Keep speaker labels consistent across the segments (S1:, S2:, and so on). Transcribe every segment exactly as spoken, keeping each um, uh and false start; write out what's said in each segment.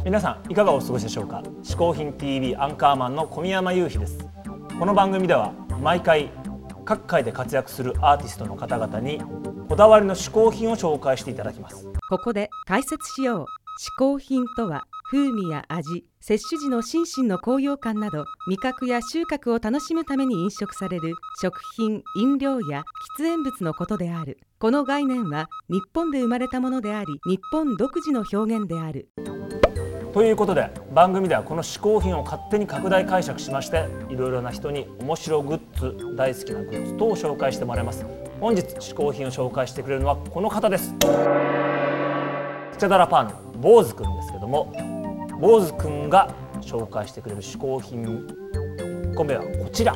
S1: 皆さんいかがお過ごしでしょうか。嗜好品 ティーブイ アンカーマンの小宮山雄飛です。この番組では毎回各界で活躍するアーティストの方々にこだわりの嗜好品を紹介していただきます。
S2: ここで解説しよう。嗜好品とは風味や味、摂取時の心身の高揚感など味覚や収穫を楽しむために飲食される食品、飲料や喫煙物のことである。この概念は日本で生まれたものであり、日本独自の表現である。
S1: ということで番組ではこの嗜好品を勝手に拡大解釈しまして、いろいろな人に面白グッズ、大好きなグッズ等を紹介してもらいます。本日嗜好品を紹介してくれるのはこの方です。スチャダラパーの坊主くんですけども、坊主くんが紹介してくれる嗜好品いっこめはこちら。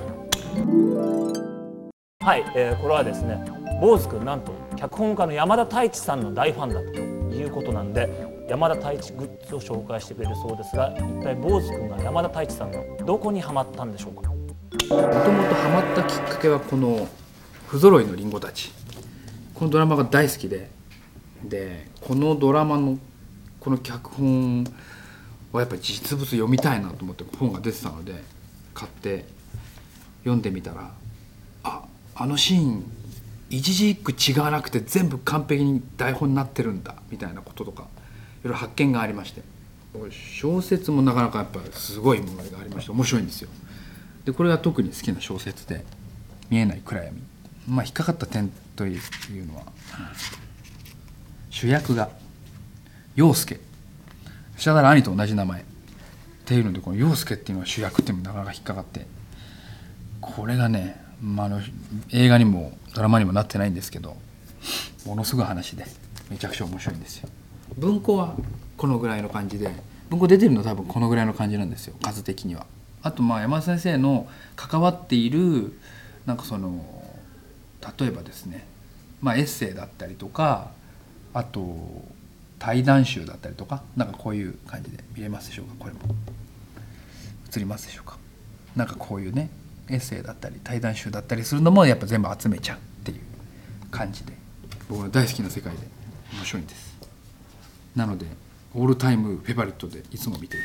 S1: はい、えー、これはですね、坊主くんなんと脚本家の山田太一さんの大ファンだということなんで、山田太一グッズを紹介してくれるそうですが、一体坊主くんが山田太一さんのどこにハマったんでしょうか。
S3: もともとハマったきっかけはこの不揃いのリンゴたち、このドラマが大好きで、でこのドラマのこの脚本はやっぱり実物読みたいなと思って本が出てたので買って読んでみたら、あ、あのシーン一字一句違わなくて全部完璧に台本になってるんだみたいなこととかいろいろ発見がありまして、小説もなかなかやっぱりすごいものがありまして面白いんですよ。でこれが特に好きな小説で、見えない暗闇。まあ引っかかった点というのは、うん、主役が陽介、シャダラ兄と同じ名前っていうので、この陽介っていうのが主役っていうのもなかなか引っかかって、これがね、まあ、あの映画にもドラマにもなってないんですけど、ものすごい話でめちゃくちゃ面白いんですよ。文庫はこのぐらいの感じで、文庫出てるの多分このぐらいの感じなんですよ、数的には。あとまあ山田先生の関わっているなんかその例えばですね、まあ、エッセイだったりとか、あと対談集だったりとか、なんかこういう感じで見れますでしょうか。これも映りますでしょうか。なんかこういうね、エッセイだったり対談集だったりするのもやっぱ全部集めちゃうっていう感じで、僕の大好きな世界で面白いんです。なのでオールタイムフェバリットでいつも見ています。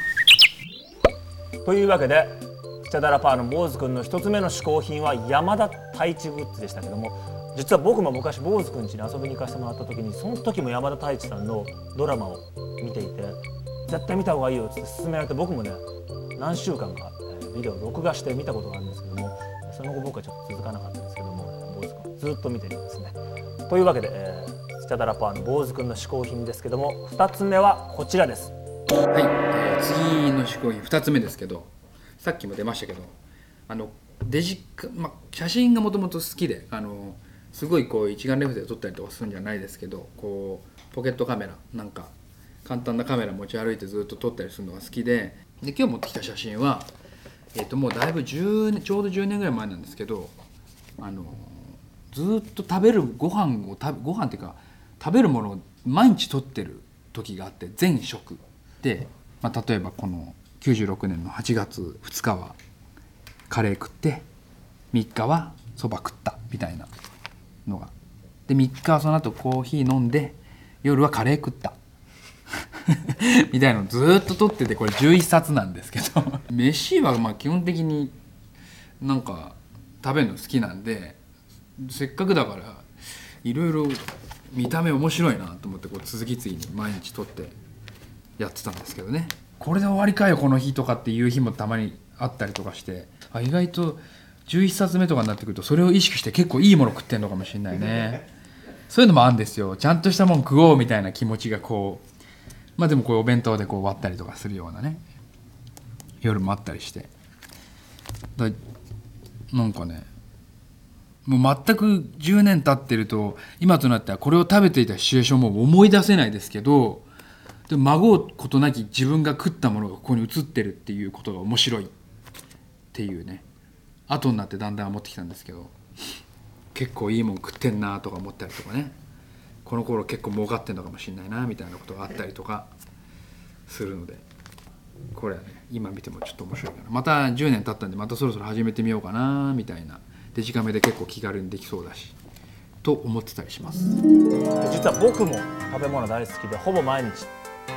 S1: というわけでスチャダラパーの坊主くんの一つ目の嗜好品は山田太一グッズでしたけども、実は僕も昔坊主くん家に遊びに行かせてもらった時に、その時も山田太一さんのドラマを見ていて、絶対見た方がいいよって勧められて、僕もね何週間かビデオを録画して見たことがあるんですけども、その後僕はちょっと続かなかったんですけども、坊主くんずっと見てるんですね。というわけで、えー、スチャダラパーの坊主くんの嗜好品ですけども、ふたつめはこちらです。
S3: はい、えー、次の嗜好品ふたつめですけど、さっきも出ましたけど、あのデジカ、まあ、写真がもともと好きで、あのすごいこう一眼レフで撮ったりとかするんじゃないですけど、こうポケットカメラなんか簡単なカメラ持ち歩いてずっと撮ったりするのが好きで、で今日持ってきた写真は、えー、ともうだいぶじゅうねんちょうどじゅうねんぐらい前なんですけど、あのずっと食べるご飯を食べご飯っていうか食べるものを毎日撮ってる時があって、全食で、まあ、例えばこのきゅうじゅうろくねんのはちがつふつかはカレー食って、みっかはそば食ったみたいなのがで、みっかはその後コーヒー飲んで、夜はカレー食ったみたいなのをずっと撮ってて、これじゅういっさつなんですけど飯はまあ基本的になんか食べるの好きなんで、せっかくだからいろいろ見た目面白いなと思って、こう続き次に毎日撮ってやってたんですけどね。これで終わりかよこの日とかっていう日もたまにあったりとかして、あ、意外とじゅういっさつめとかになってくるとそれを意識して結構いいもの食ってんのかもしれないねそういうのもあるんですよ。ちゃんとしたもん食おうみたいな気持ちがこう、まあでもこうお弁当でこう割ったりとかするようなね、夜もあったりして、だなんかね、もう全くじゅうねん経ってると今となってはこれを食べていたシチュエーションも思い出せないですけど、でも孫うことなき自分が食ったものがここに映ってるっていうことが面白いっていうね、後になってだんだん思ってきたんですけど、結構いいもん食ってんなとか思ったりとかね、この頃結構儲かってんのかもしれないなみたいなことがあったりとかするので、これはね今見てもちょっと面白いかな。またじゅうねん経ったんでまたそろそろ始めてみようかなみたいな、デジカメで結構気軽にできそうだしと思ってたりします。
S1: 実は僕も食べ物大好きで、ほぼ毎日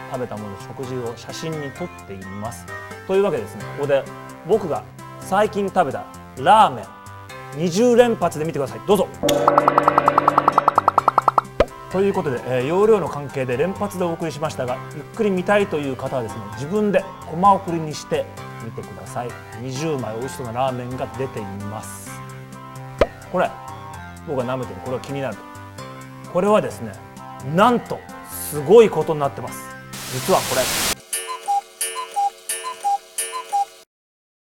S1: 食べたもの食事を写真に撮っています。というわけでですね、ここで僕が最近食べたラーメンにじゅう連発で見てください。どうぞ。ということで、えー、容量の関係で連発でお送りしましたが、ゆっくり見たいという方はですね、自分でコマ送りにしてみてください。にじゅうまい美味しそうなラーメンが出ています。これ僕が舐めてる、これは気になる。これはですね、なんとすごいことになってます。実はこれ